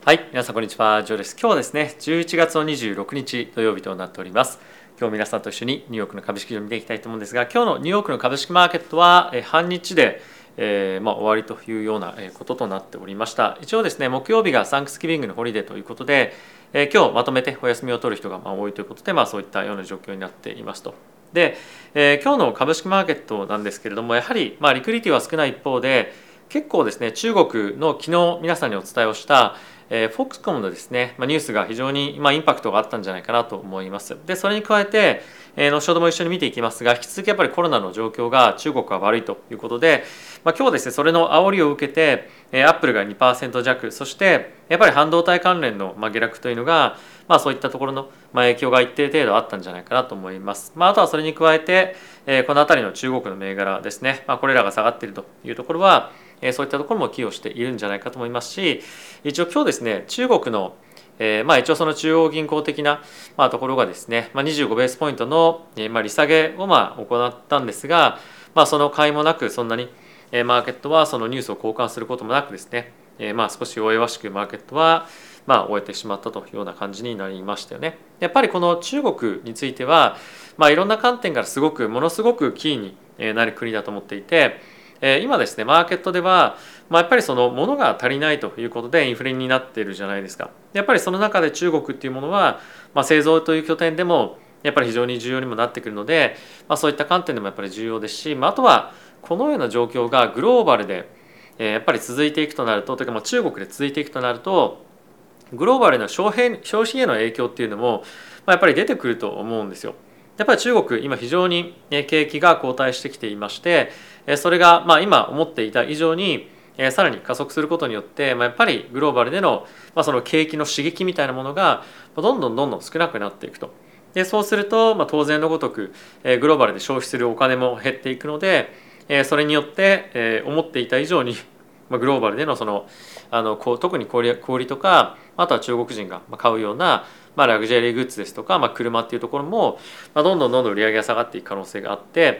はい、皆さんこんにちは、ジョーです。今日はですね、11月の26日土曜日となっております。今日皆さんと一緒にニューヨークの株式市場を見ていきたいと思うんですが、今日のニューヨークの株式マーケットは半日で終わりというようなこととなっておりました。一応ですね、木曜日がサンクスギビングのホリデーということで、今日まとめてお休みを取る人が多いということで、そういったような状況になっていますと。で、今日の株式マーケットなんですけれども、やはりリクリティは少ない一方で、結構ですね、中国の昨日皆さんにお伝えをしたフォックスコムのですね、ニュースが非常にインパクトがあったんじゃないかなと思います。で、それに加えて、後ほども一緒に見ていきますが、引き続きやっぱりコロナの状況が中国は悪いということで、今日ですね、それの煽りを受けて、アップルが 2% 弱、そしてやっぱり半導体関連の下落というのが、そういったところの影響が一定程度あったんじゃないかなと思います。あとはそれに加えて、この辺りの中国の銘柄ですね、これらが下がっているというところは、そういったところも寄与しているんじゃないかと思いますし、一応今日ですね、中国の一応その中央銀行的なところがですね、25ベースポイントの利下げを行ったんですが、その甲斐もなくそんなにマーケットはそのニュースを交換することもなくですね、少し弱々しくマーケットは終えてしまったというような感じになりましたよね。やっぱりこの中国については、いろんな観点からものすごくキーになる国だと思っていて、今ですねマーケットでは、やっぱりその物が足りないということでインフレになっているじゃないですか。やっぱりその中で中国っていうものは、製造という拠点でもやっぱり非常に重要にもなってくるので、そういった観点でもやっぱり重要ですし、あとはこのような状況がグローバルでやっぱり続いていくとなると、というか中国で続いていくとなると、グローバルな消費への影響っていうのもやっぱり出てくると思うんですよ。やっぱり中国今非常に景気が後退してきていまして、それが今思っていた以上にさらに加速することによって、やっぱりグローバルでのその景気の刺激みたいなものがどんどん少なくなっていくと。でそうすると当然のごとくグローバルで消費するお金も減っていくので、それによって思っていた以上にグローバルでの特に小売とか、あとは中国人が買うようなラグジュアリーグッズですとか、車っていうところもどんどん売り上げが下がっていく可能性があって、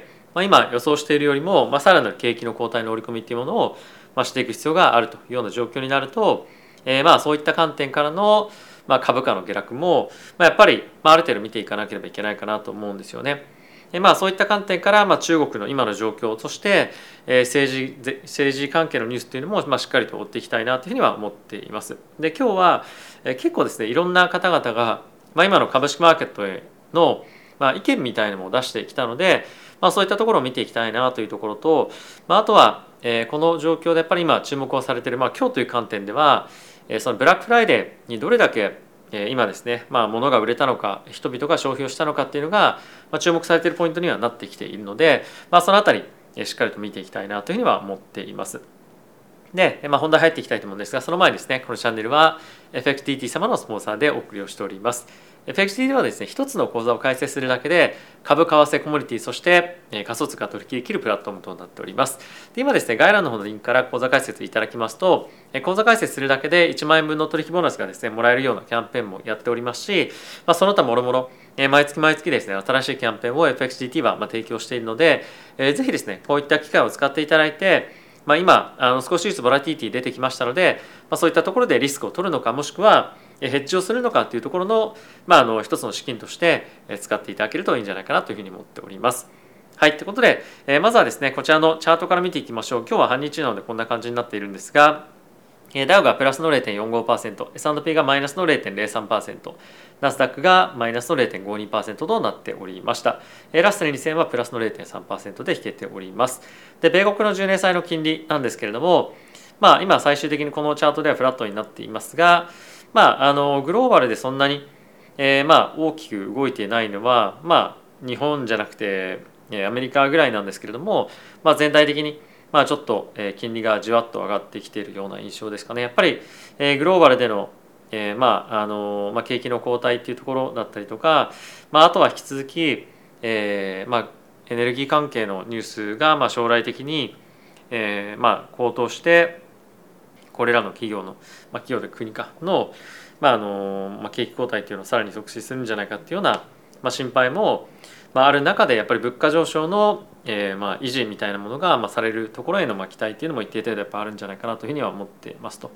今予想しているよりもさらなる景気の後退の織り込みっていうものをしていく必要があるというような状況になると、そういった観点からの株価の下落もやっぱりある程度見ていかなければいけないかなと思うんですよね。そういった観点から中国の今の状況、そして政治関係のニュースというのもしっかりと追っていきたいなというふうには思っています。で今日は結構ですね、いろんな方々が今の株式マーケットへの意見みたいなのも出してきたので、そういったところを見ていきたいなというところと、あとはこの状況でやっぱり今注目をされている今日という観点では、そのブラックフライデーにどれだけ今ですね、物が売れたのか人々が消費をしたのかっていうのが注目されているポイントにはなってきているので、そのあたりしっかりと見ていきたいなというふうには思っています。で、本題入っていきたいと思うんですが、その前にですね、このチャンネルは FXDT 様のスポンサーでお送りをしております。FXDT はですね、一つの口座を開設するだけで株、為替、コモディティ、そして仮想通貨取引できるプラットフォームとなっております。で今ですね、概要欄の方のリンクから口座開設いただきますと、口座開設するだけで1万円分の取引ボーナスがですね、もらえるようなキャンペーンもやっておりますし、その他もろもろ毎月ですね、新しいキャンペーンを FXDT は提供しているので、ぜひですね、こういった機会を使っていただいて、今少しずつボラティティ出てきましたので、そういったところでリスクを取るのか、もしくはヘッジをするのかというところの、一つの資金として使っていただけるといいんじゃないかなというふうに思っております。はい、ということで、まずはですね、こちらのチャートから見ていきましょう。今日は半日なのでこんな感じになっているんですが、ダウがプラスの 0.45%、S&P がマイナスの 0.03%、ナスダックがマイナスの 0.52% となっておりました。ラッセル2000はプラスの 0.3% で引けております。で、米国の10年債の金利なんですけれども、今最終的にこのチャートではフラットになっていますが、グローバルでそんなに、大きく動いていないのは、日本じゃなくてアメリカぐらいなんですけれども、全体的にちょっと金利がじわっと上がってきているような印象ですかね。やっぱりグローバルでの景気の後退っていうところだったりとか、あとは引き続きエネルギー関係のニュースが将来的に高騰して、これらの企業で国かの景気後退っていうのをさらに促進するんじゃないかっていうような心配もある中で、やっぱり物価上昇の維持みたいなものがされるところへの期待っていうのも一定程度やっぱあるんじゃないかなというふうには思っていますと。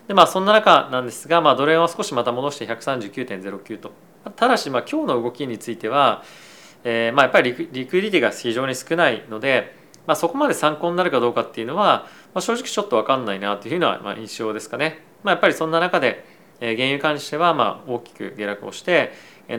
でそんな中なんですが、ドル円は少しまた戻して139.09と。ただし今日の動きについては、やっぱりリクイディティが非常に少ないので、そこまで参考になるかどうかっていうのは、正直ちょっと分かんないなというふうな印象ですかね。やっぱりそんな中で原油に関しては大きく下落をして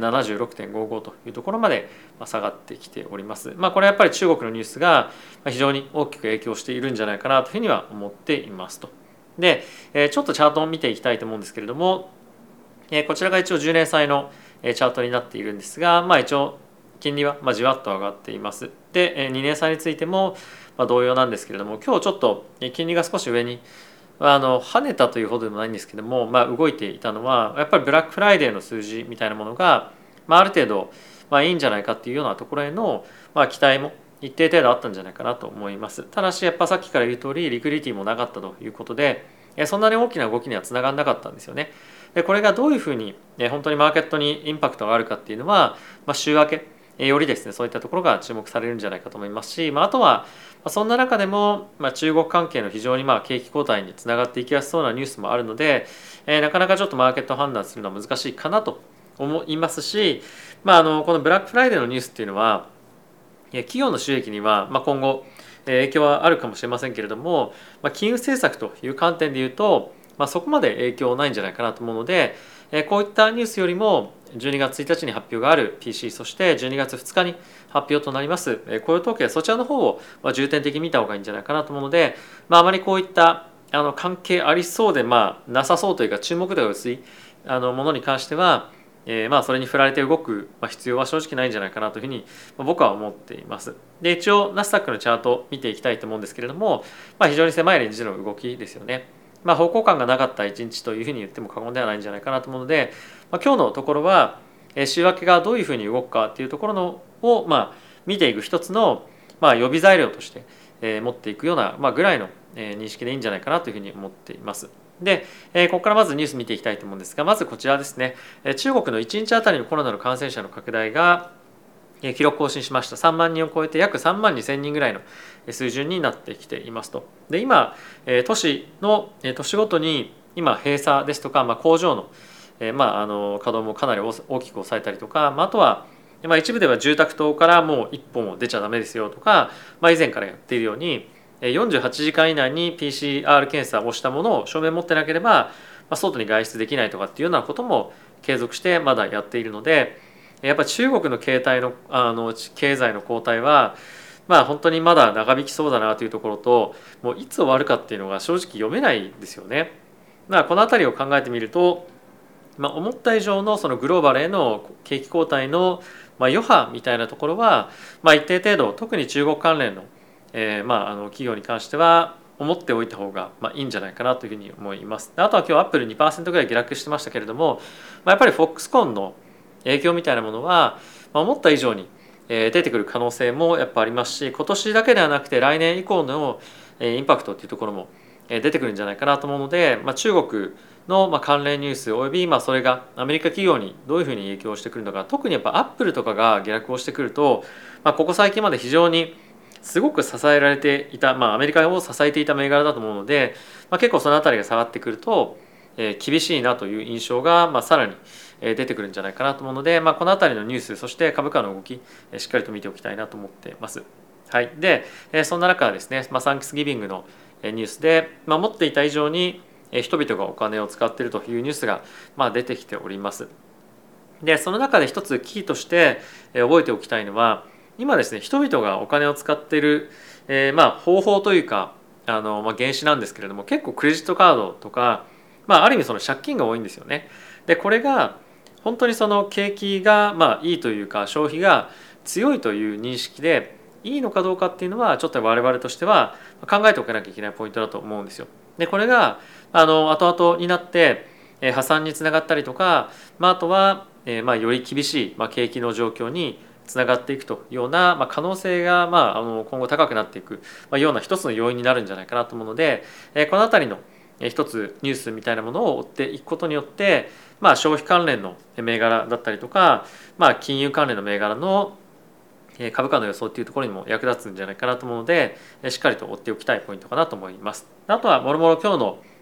76.55というところまで下がってきております。これはやっぱり中国のニュースが非常に大きく影響しているんじゃないかなというふうには思っていますと。で、ちょっとチャートを見ていきたいと思うんですけれども、こちらが一応10年債のチャートになっているんですが、一応金利はじわっと上がっています。で、2年債についても同様なんですけれども、今日ちょっと金利が少し上に跳ねたというほどでもないんですけども、動いていたのはやっぱりブラックフライデーの数字みたいなものが、ある程度いいんじゃないかっていうようなところへの期待も一定程度あったんじゃないかなと思います。ただしやっぱさっきから言う通りリクイディティもなかったということで、そんなに大きな動きにはつながらなかったんですよね。でこれがどういうふうに本当にマーケットにインパクトがあるかっていうのは、週明けよりですね、そういったところが注目されるんじゃないかと思いますし、あとはそんな中でも中国関係の非常に景気後退につながっていきやすそうなニュースもあるので、なかなかちょっとマーケット判断するのは難しいかなと思いますし、このブラックフライデーのニュースっていうのは企業の収益には今後影響はあるかもしれませんけれども、金融政策という観点でいうと、そこまで影響ないんじゃないかなと思うので、こういったニュースよりも12月1日に発表がある PC、 そして12月2日に発表となります雇用統計、そちらの方を重点的に見た方がいいんじゃないかなと思うので、あまりこういった関係ありそうでなさそうというか注目度が薄いものに関しては、それに振られて動く必要は正直ないんじゃないかなというふうに僕は思っています。で一応ナスダックのチャートを見ていきたいと思うんですけれども、非常に狭いレンジでの動きですよね。方向感がなかった一日というふうに言っても過言ではないんじゃないかなと思うので、今日のところは週明けがどういうふうに動くかっていうところのを見ていく一つの予備材料として持っていくようなぐらいの認識でいいんじゃないかなというふうに思っています。で、ここからまずニュース見ていきたいと思うんですが、まずこちらですね。中国の1日あたりのコロナの感染者の拡大が記録更新しました。3万人を超えて約3万2千人ぐらいの水準になってきていますと。で今都市ごとに今閉鎖ですとか、工場の稼働もかなり大きく抑えたりとか、あとは一部では住宅棟からもう一歩も出ちゃダメですよとか、以前からやっているように48時間以内に PCR 検査をしたものを証明持ってなければ外に外出できないとかっていうようなことも継続してまだやっているので、やっぱり中国の経済の後退は本当にまだ長引きそうだなというところと、もういつ終わるかっていうのが正直読めないですよね。この辺りを考えてみると、思った以上のそのグローバルへの景気後退の余波みたいなところは一定程度、特に中国関連の企業に関しては思っておいた方がいいんじゃないかなというふうに思います。あとは今日アップル 2% ぐらい下落してましたけれども、やっぱりフォックスコンの影響みたいなものは思った以上に出てくる可能性もやっぱありますし、今年だけではなくて来年以降のインパクトっていうところも出てくるんじゃないかなと思うので、中国の関連ニュースおよびそれがアメリカ企業にどういうふうに影響してくるのか、特にやっぱアップルとかが下落をしてくると、ここ最近まで非常にすごく支えられていた、アメリカを支えていた銘柄だと思うので、結構その辺りが下がってくると厳しいなという印象がさらに出てくるんじゃないかなと思うので、この辺りのニュース、そして株価の動きしっかりと見ておきたいなと思っています。はい、でそんな中ですね、サンクスギビングのニュースで、持っていた以上に人々がお金を使っているというニュースが出てきております。でその中で一つキーとして覚えておきたいのは、今ですね、人々がお金を使っている方法というか原資なんですけれども、結構クレジットカードとか、ある意味その借金が多いんですよね。でこれが本当にその景気がいいというか消費が強いという認識でいいのかどうかっていうのは、ちょっと我々としては考えておかなきゃいけないポイントだと思うんですよ。でこれが後々になって破産につながったりとか、あとはより厳しい景気の状況につながっていくというような可能性が今後高くなっていくような一つの要因になるんじゃないかなと思うので、この辺りの一つニュースみたいなものを追っていくことによって、消費関連の銘柄だったりとか、金融関連の銘柄の株価の予想っていうところにも役立つんじゃないかなと思うので、しっかりと追っておきたいポイントかなと思います。あとはもろもろ今日の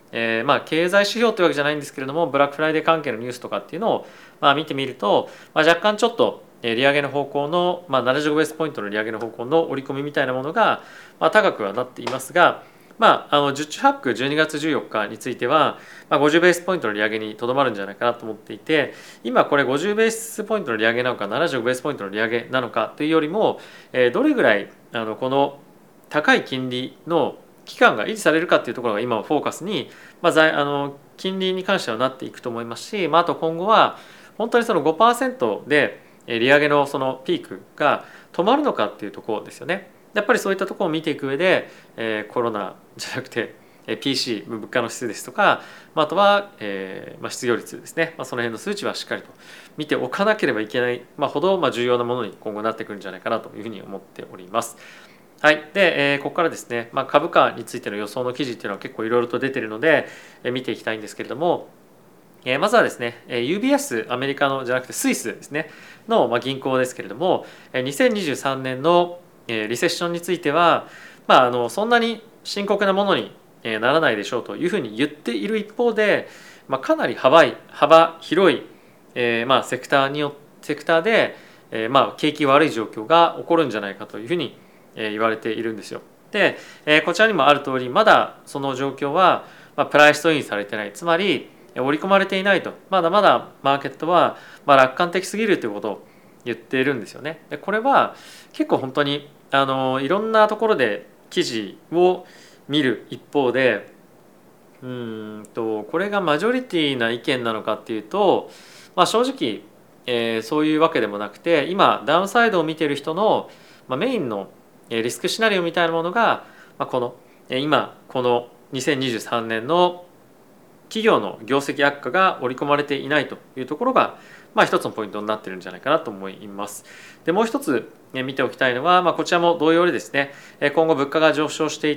経済指標というわけじゃないんですけれども、ブラックフライデー関係のニュースとかっていうのを見てみると、若干ちょっと利上げの方向の、75ベースポイントの利上げの方向の織り込みみたいなものが、高くはなっていますが、十中八九12月14日については、50ベースポイントの利上げにとどまるんじゃないかなと思っていて、今これ50ベースポイントの利上げなのか75ベースポイントの利上げなのかというよりも、どれぐらいこの高い金利の期間が維持されるかっていうところが今はフォーカスに、金利に関してはなっていくと思いますし、あと今後は本当にその 5% で利上げのそのピークが止まるのかっていうところですよね。やっぱりそういったところを見ていく上で、コロナじゃなくて PC 物価の指数ですとか、あとは、失業率ですね、その辺の数値はしっかりと見ておかなければいけない、ほど重要なものに今後なってくるんじゃないかなというふうに思っております。はい、で、ここからですね、株価についての予想の記事っていうのは結構いろいろと出ているので、見ていきたいんですけれども、まずはですね UBS アメリカのじゃなくてスイスですねの銀行ですけれども、2023年のリセッションについては、そんなに深刻なものにならないでしょうというふうに言っている一方で、かなり幅広いセクターで景気悪い状況が起こるんじゃないかというふうに言われているんですよ。でこちらにもある通り、まだその状況はプライストインされてない、つまり織り込まれていないと、まだまだマーケットは楽観的すぎるということを言っているんですよね。でこれは結構本当にいろんなところで記事を見る一方で、これがマジョリティな意見なのかっていうと、正直、そういうわけでもなくて、今ダウンサイドを見ている人の、メインのリスクシナリオみたいなものが、今この2023年の企業の業績悪化が織り込まれていないというところが、一つのポイントになっているんじゃないかなと思います。でもう一つ見ておきたいのは、こちらも同様にですね、今後物価が上昇していって、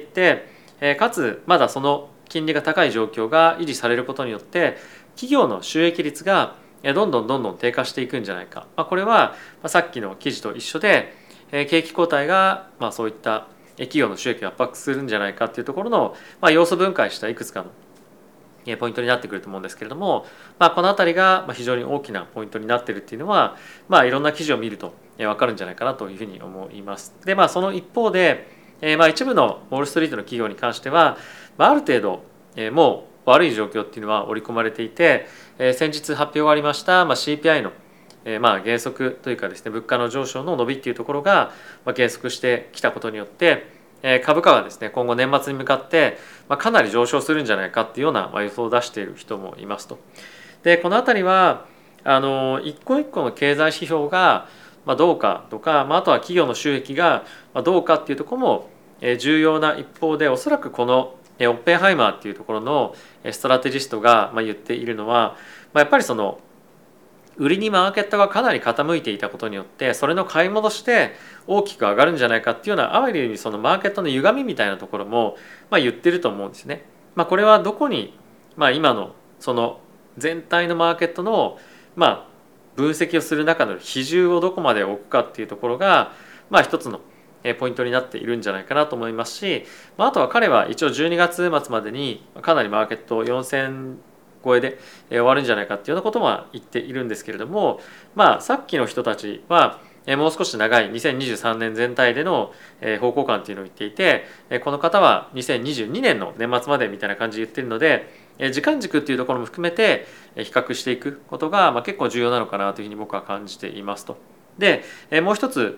かつまだその金利が高い状況が維持されることによって企業の収益率がどんどん低下していくんじゃないか、これはさっきの記事と一緒で、景気後退がそういった企業の収益を圧迫するんじゃないかっていうところの要素分解したいくつかのポイントになってくると思うんですけれども、この辺りが非常に大きなポイントになっているっていうのは、いろんな記事を見ると分かるんじゃないかなというふうに思います。でその一方で、一部のウォールストリートの企業に関しては、ある程度もう悪い状況っていうのは織り込まれていて、先日発表がありました CPI の減速というかですね、物価の上昇の伸びっていうところが減速してきたことによって株価がですね今後年末に向かってかなり上昇するんじゃないかっていうような予想を出している人もいますと。でこの辺りは一個一個の経済指標がどうかとか、あとは企業の収益がどうかっていうところも重要な一方で、おそらくこのオッペンハイマーっていうところのストラテジストが言っているのは、やっぱりその売りにマーケットがかなり傾いていたことによって、それの買い戻しで大きく上がるんじゃないかっていうような、ある意味そのマーケットの歪みみたいなところも言ってると思うんですね。これはどこに今のその全体のマーケットの分析をする中の比重をどこまで置くかっていうところが一つのポイントになっているんじゃないかなと思いますし、あとは彼は一応12月末までにかなりマーケット4000超えで終わるんじゃないかっていうようなことは言っているんですけれども、さっきの人たちはもう少し長い2023年全体での方向感っていうのを言っていて、この方は2022年の年末までみたいな感じで言ってるので、時間軸っていうところも含めて比較していくことが結構重要なのかなというふうに僕は感じていますと。でもう一つ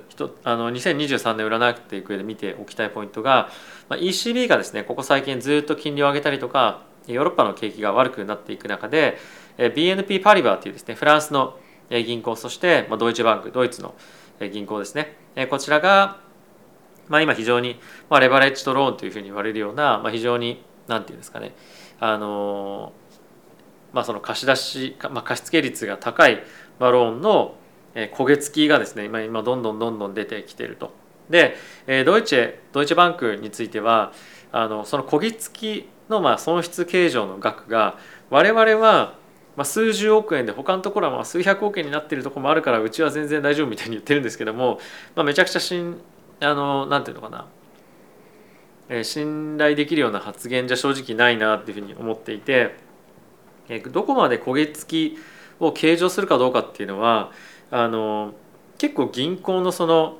2023年占っていく上で見ておきたいポイントが、ECB がですねここ最近ずっと金利を上げたりとか、ヨーロッパの景気が悪くなっていく中で BNP パリバーというですねフランスの銀行、そしてドイツバンク、ドイツの銀行ですね、こちらが今非常にレバレッジとローンというふうに言われるような非常になんていうんですかね、その貸し付け率が高いローンの焦げ付きがですね今どんどん出てきていると。でドイツバンクについてはその焦げ付きの損失計上の額が我々は数十億円で他のところは数百億円になっているところもあるからうちは全然大丈夫みたいに言ってるんですけども、めちゃくちゃなんていうのかな、 信頼できるような発言じゃ正直ないなっていうふうに思っていて、どこまで焦げ付きを計上するかどうかっていうのは結構銀行のその、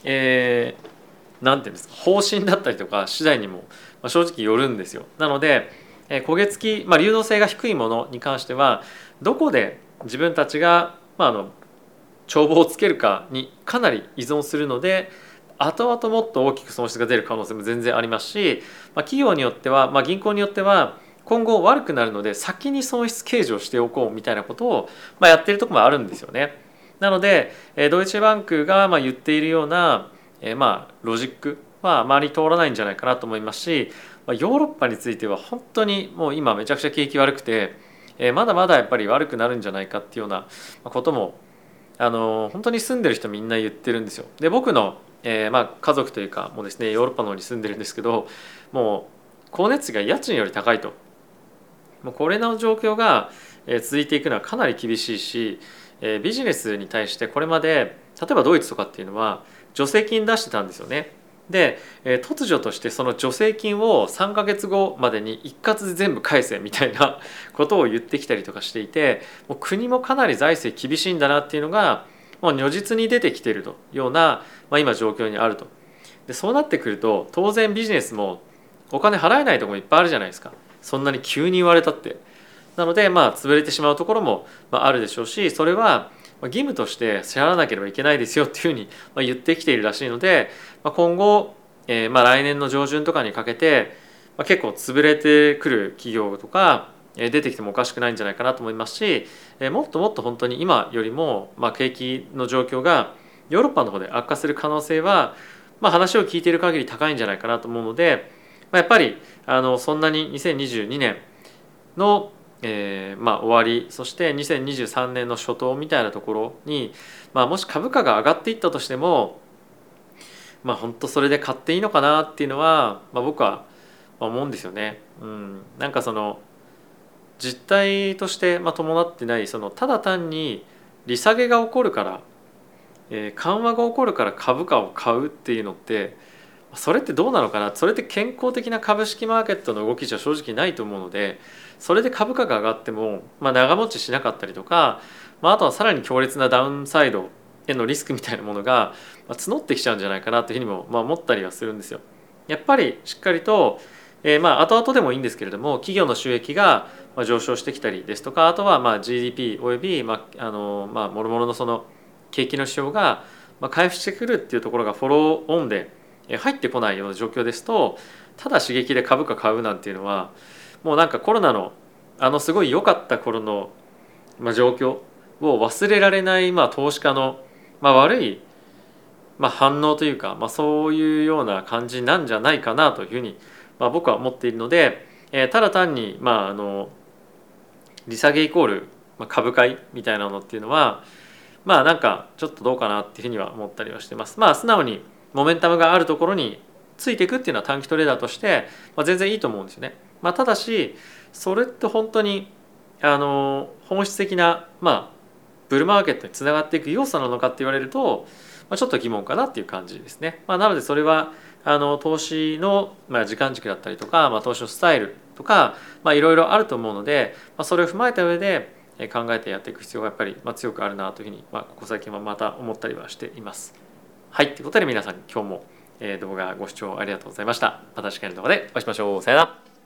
なんていうんですか、方針だったりとか次第にも正直よるんですよ。なので焦げ付き、流動性が低いものに関してはどこで自分たちが、帳簿をつけるかにかなり依存するので、後々もっと大きく損失が出る可能性も全然ありますし、企業によっては、銀行によっては今後悪くなるので先に損失計上しておこうみたいなことを、やってるところもあるんですよね。なのでドイツバンクが言っているようなロジックはあまり通らないんじゃないかなと思いますし、ヨーロッパについては本当にもう今めちゃくちゃ景気悪くて、まだまだやっぱり悪くなるんじゃないかっていうようなことも本当に住んでる人みんな言ってるんですよ。で僕の、家族というかもうですねヨーロッパの方に住んでるんですけど、もう光熱費が家賃より高いと、もうこれの状況が続いていくのはかなり厳しいし、ビジネスに対してこれまで例えばドイツとかっていうのは助成金出してたんですよね。で突如としてその助成金を3ヶ月後までに一括で全部返せみたいなことを言ってきたりとかしていて、もう国もかなり財政厳しいんだなっていうのがもう如実に出てきているというような、今状況にあると。でそうなってくると当然ビジネスもお金払えないところもいっぱいあるじゃないですか。そんなに急に言われたって。なので潰れてしまうところもあるでしょうし、それは義務として支払わなければいけないですよっていうふうに言ってきているらしいので、今後来年の上旬とかにかけて結構潰れてくる企業とか出てきてもおかしくないんじゃないかなと思いますし、もっともっと本当に今よりも景気の状況がヨーロッパの方で悪化する可能性は話を聞いている限り高いんじゃないかなと思うので、やっぱりそんなに2022年の終わり、そして2023年の初頭みたいなところに、もし株価が上がっていったとしても本当それで買っていいのかなっていうのは、僕は思うんですよね。なんかその実態として伴ってない、そのただ単に利下げが起こるから、緩和が起こるから株価を買うっていうのってそれってどうなのかな。それって健康的な株式マーケットの動きじゃ正直ないと思うので、それで株価が上がっても、長持ちしなかったりとか、あとはさらに強烈なダウンサイドへのリスクみたいなものが募ってきちゃうんじゃないかなというふうにも思ったりはするんですよ。やっぱりしっかりと、後々でもいいんですけれども、企業の収益が上昇してきたりですとか、あとはGDP およびもろもろのその景気の指標が回復してくるっていうところがフォローオンで入ってこないような状況ですと、ただ刺激で株価買うなんていうのはもうなんかコロナのすごい良かった頃の状況を忘れられない投資家の悪い反応というか、そういうような感じなんじゃないかなというふうに僕は思っているので、ただ単に利下げイコール株買いみたいなのっていうのはなんかちょっとどうかなっていうふうには思ったりはしてます。素直にモメンタムがあるところについていくっていうのは短期トレーダーとして全然いいと思うんですよね。ただしそれって本当に本質的なブルーマーケットにつながっていく要素なのかって言われるとちょっと疑問かなっていう感じですね。なのでそれは投資の時間軸だったりとか、投資のスタイルとかいろいろあると思うので、それを踏まえた上で考えてやっていく必要がやっぱり強くあるなというふうにここ最近はまた思ったりはしています。はい、ということで皆さん今日も動画ご視聴ありがとうございました。また次回の動画でお会いしましょう。さよなら。